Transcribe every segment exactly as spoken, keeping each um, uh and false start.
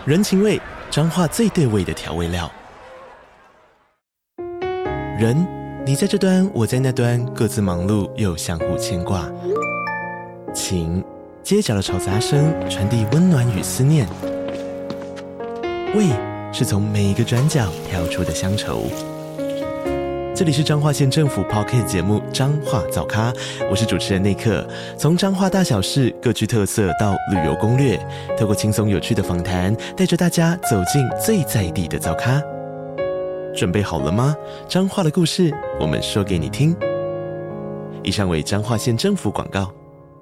人情味，彰化最对味的调味料。人，你在这端，我在那端，各自忙碌又相互牵挂。情，街角的吵杂声传递温暖与思念。味，是从每一个转角跳出的乡愁。这里是彰化县政府 Podcast 节目《彰化早咖》，我是主持人内克。从彰化大小事各具特色到旅游攻略，透过轻松有趣的访谈，带着大家走进最在地的早咖。准备好了吗？彰化的故事，我们说给你听。以上为彰化县政府广告。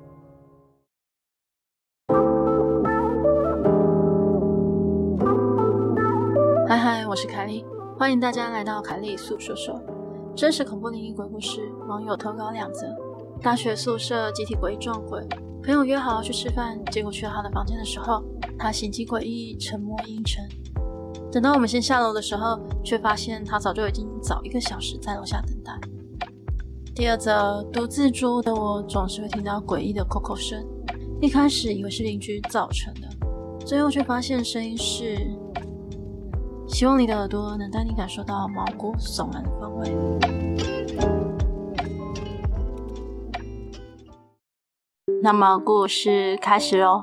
嗨嗨，我是凯莉，欢迎大家来到凯莉诉说说。真实恐怖灵异鬼故事，网友投稿两则。大学宿舍集体诡异撞鬼，朋友约好要去吃饭，结果去到他的房间的时候，他行迹诡异，沉默阴沉。等到我们先下楼的时候，却发现他早就已经早一个小时在楼下等待。第二则，独自住屋的我总是会听到诡异的扣扣声，一开始以为是邻居造成的，最后却发现声音是……希望你的耳朵能带你感受到毛骨悚然的氛围。那么故事开始咯。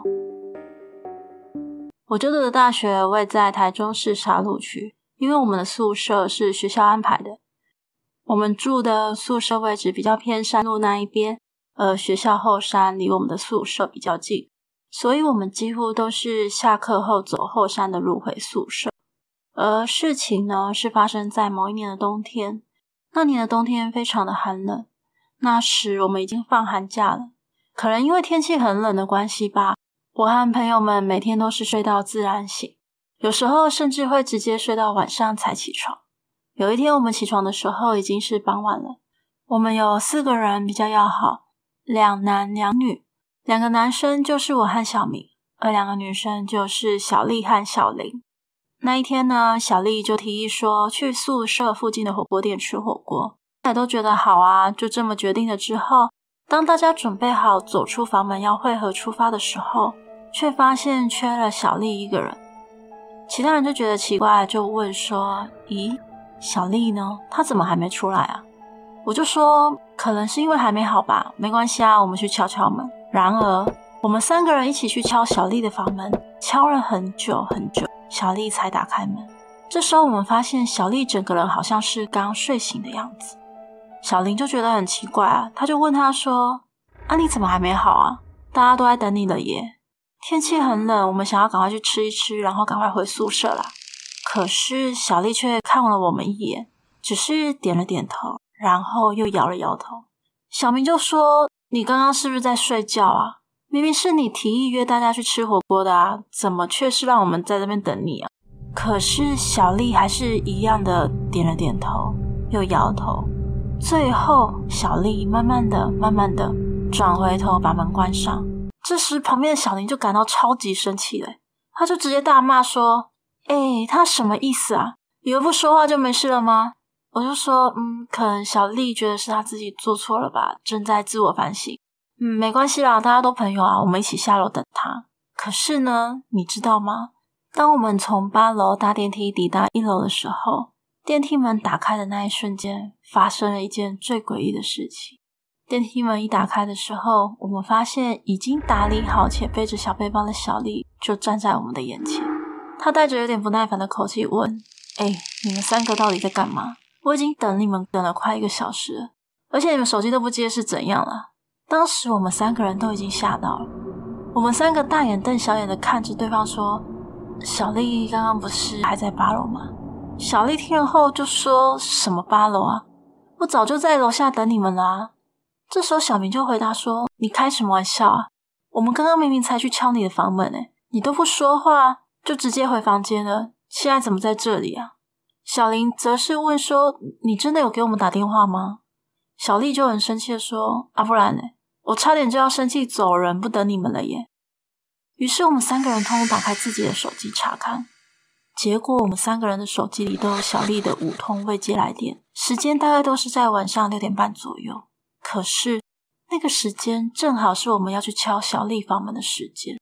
我就读的大学位在台中市沙鹿区，因为我们的宿舍是学校安排的，我们住的宿舍位置比较偏山路那一边，而学校后山离我们的宿舍比较近，所以我们几乎都是下课后走后山的路回宿舍。而事情呢，是发生在某一年的冬天。那年的冬天非常的寒冷，那时我们已经放寒假了，可能因为天气很冷的关系吧，我和朋友们每天都是睡到自然醒，有时候甚至会直接睡到晚上才起床。有一天我们起床的时候已经是傍晚了，我们有四个人比较要好，两男两女，两个男生就是我和小明，而两个女生就是小丽和小玲。那一天呢，小丽就提议说去宿舍附近的火锅店吃火锅，大家都觉得好啊，就这么决定了之后，当大家准备好走出房门要汇合出发的时候，却发现缺了小丽一个人。其他人就觉得奇怪，就问说，咦，小丽呢？她怎么还没出来啊？我就说可能是因为还没好吧，没关系啊，我们去敲敲门。然而我们三个人一起去敲小丽的房门，敲了很久很久，小丽才打开门。这时候我们发现小丽整个人好像是刚睡醒的样子。小玲就觉得很奇怪啊，她就问她说，啊你怎么还没好啊？大家都在等你了耶。天气很冷，我们想要赶快去吃一吃，然后赶快回宿舍啦。可是小丽却看了我们一眼，只是点了点头，然后又摇了摇头。小明就说，你刚刚是不是在睡觉啊？明明是你提议约大家去吃火锅的啊，怎么却是让我们在这边等你啊？可是小丽还是一样的点了点头，又摇头。最后小丽慢慢的慢慢的转回头把门关上。这时旁边的小玲就感到超级生气了，她就直接大骂说，诶，她什么意思啊？以为不说话就没事了吗？我就说嗯，可能小丽觉得是她自己做错了吧，正在自我反省。嗯，没关系啦，大家都朋友啊，我们一起下楼等他。可是呢，你知道吗？当我们从八楼搭电梯抵达一楼的时候，电梯门打开的那一瞬间，发生了一件最诡异的事情。电梯门一打开的时候，我们发现已经打理好且背着小背包的小丽就站在我们的眼前。她带着有点不耐烦的口气问，诶，你们三个到底在干嘛？我已经等你们等了快一个小时了，而且你们手机都不接是怎样了？当时我们三个人都已经吓到了，我们三个大眼瞪小眼的看着对方说，小丽刚刚不是还在八楼吗？小丽听了后就说，什么八楼啊？我早就在楼下等你们了啊。这时候小明就回答说，你开什么玩笑啊？我们刚刚明明才去敲你的房门诶，你都不说话就直接回房间了，现在怎么在这里啊？小林则是问说，你真的有给我们打电话吗？小丽就很生气的说，啊不然呢？我差点就要生气走人，不等你们了耶。于是我们三个人通通打开自己的手机查看，结果我们三个人的手机里都有小丽的五通未接来电，时间大概都是在晚上六点半左右。可是那个时间正好是我们要去敲小丽房门的时间。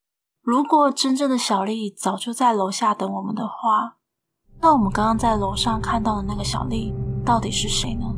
如果真正的小丽早就在楼下等我们的话，那我们刚刚在楼上看到的那个小丽到底是谁呢？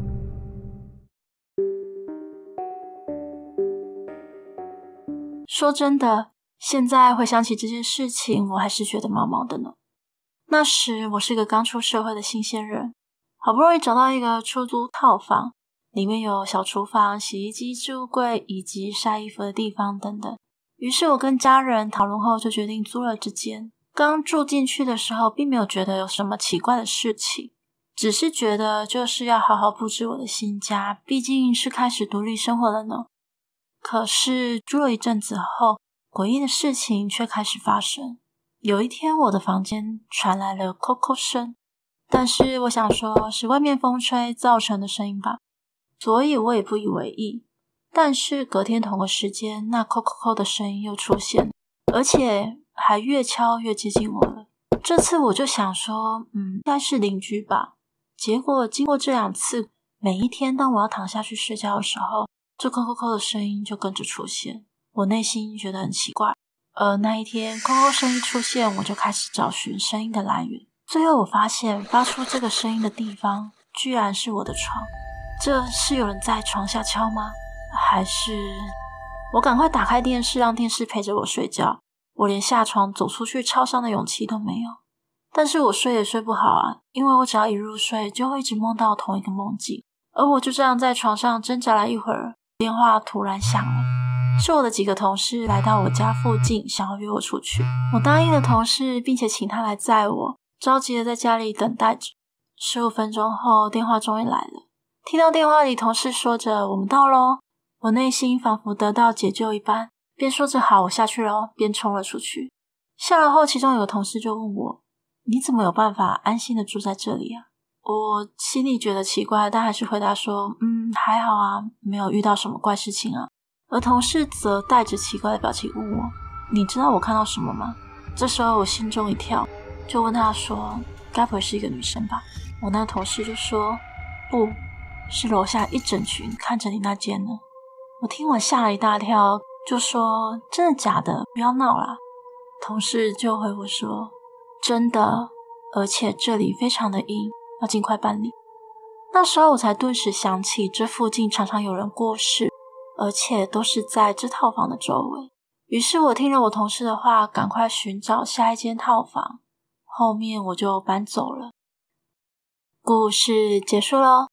说真的，现在回想起这件事情，我还是觉得毛毛的呢。那时我是个刚出社会的新鲜人，好不容易找到一个出租套房，里面有小厨房、洗衣机、置物柜以及晒衣服的地方等等。于是我跟家人讨论后就决定租了这间。刚住进去的时候并没有觉得有什么奇怪的事情，只是觉得就是要好好布置我的新家，毕竟是开始独立生活了呢。可是住了一阵子后，诡异的事情却开始发生。有一天我的房间传来了扣扣声，但是我想说是外面风吹造成的声音吧，所以我也不以为意。但是隔天同个时间，那扣扣扣的声音又出现了，而且还越敲越接近我了。这次我就想说嗯，应该是邻居吧。结果经过这两次，每一天当我要躺下去睡觉的时候，这扣扣扣的声音就跟着出现。我内心觉得很奇怪，而那一天扣扣声音出现，我就开始找寻声音的来源。最后我发现发出这个声音的地方居然是我的床。这是有人在床下敲吗？还是……我赶快打开电视，让电视陪着我睡觉。我连下床走出去超商的勇气都没有。但是我睡也睡不好啊，因为我只要一入睡就会一直梦到同一个梦境。而我就这样在床上挣扎了一会儿，电话突然响了，是我的几个同事来到我家附近，想要约我出去。我答应了同事，并且请他来载我，着急的在家里等待着。十五分钟后，电话终于来了。听到电话里同事说着我们到咯，我内心仿佛得到解救一般，边说着好我下去咯，边冲了出去。下楼后，其中有个同事就问我，你怎么有办法安心的住在这里啊？我心里觉得奇怪，但还是回答说嗯，还好啊，没有遇到什么怪事情啊。而同事则带着奇怪的表情问我，你知道我看到什么吗？这时候我心中一跳，就问他说，该不会是一个女生吧？我那同事就说，不是楼下一整群看着你那间呢。我听完吓了一大跳，就说真的假的？不要闹啦。同事就回我说，真的，而且这里非常的阴，要尽快办理。那时候我才顿时想起这附近常常有人过世，而且都是在这套房的周围。于是我听了我同事的话，赶快寻找下一间套房，后面我就搬走了。故事结束咯。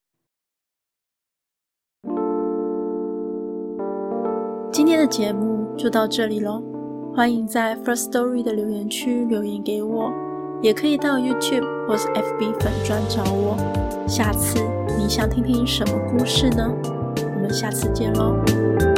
今天的节目就到这里咯，欢迎在 First Story 的留言区留言给我，也可以到 YouTube 或是 F B 粉专找我。下次你想听听什么故事呢？我们下次见咯。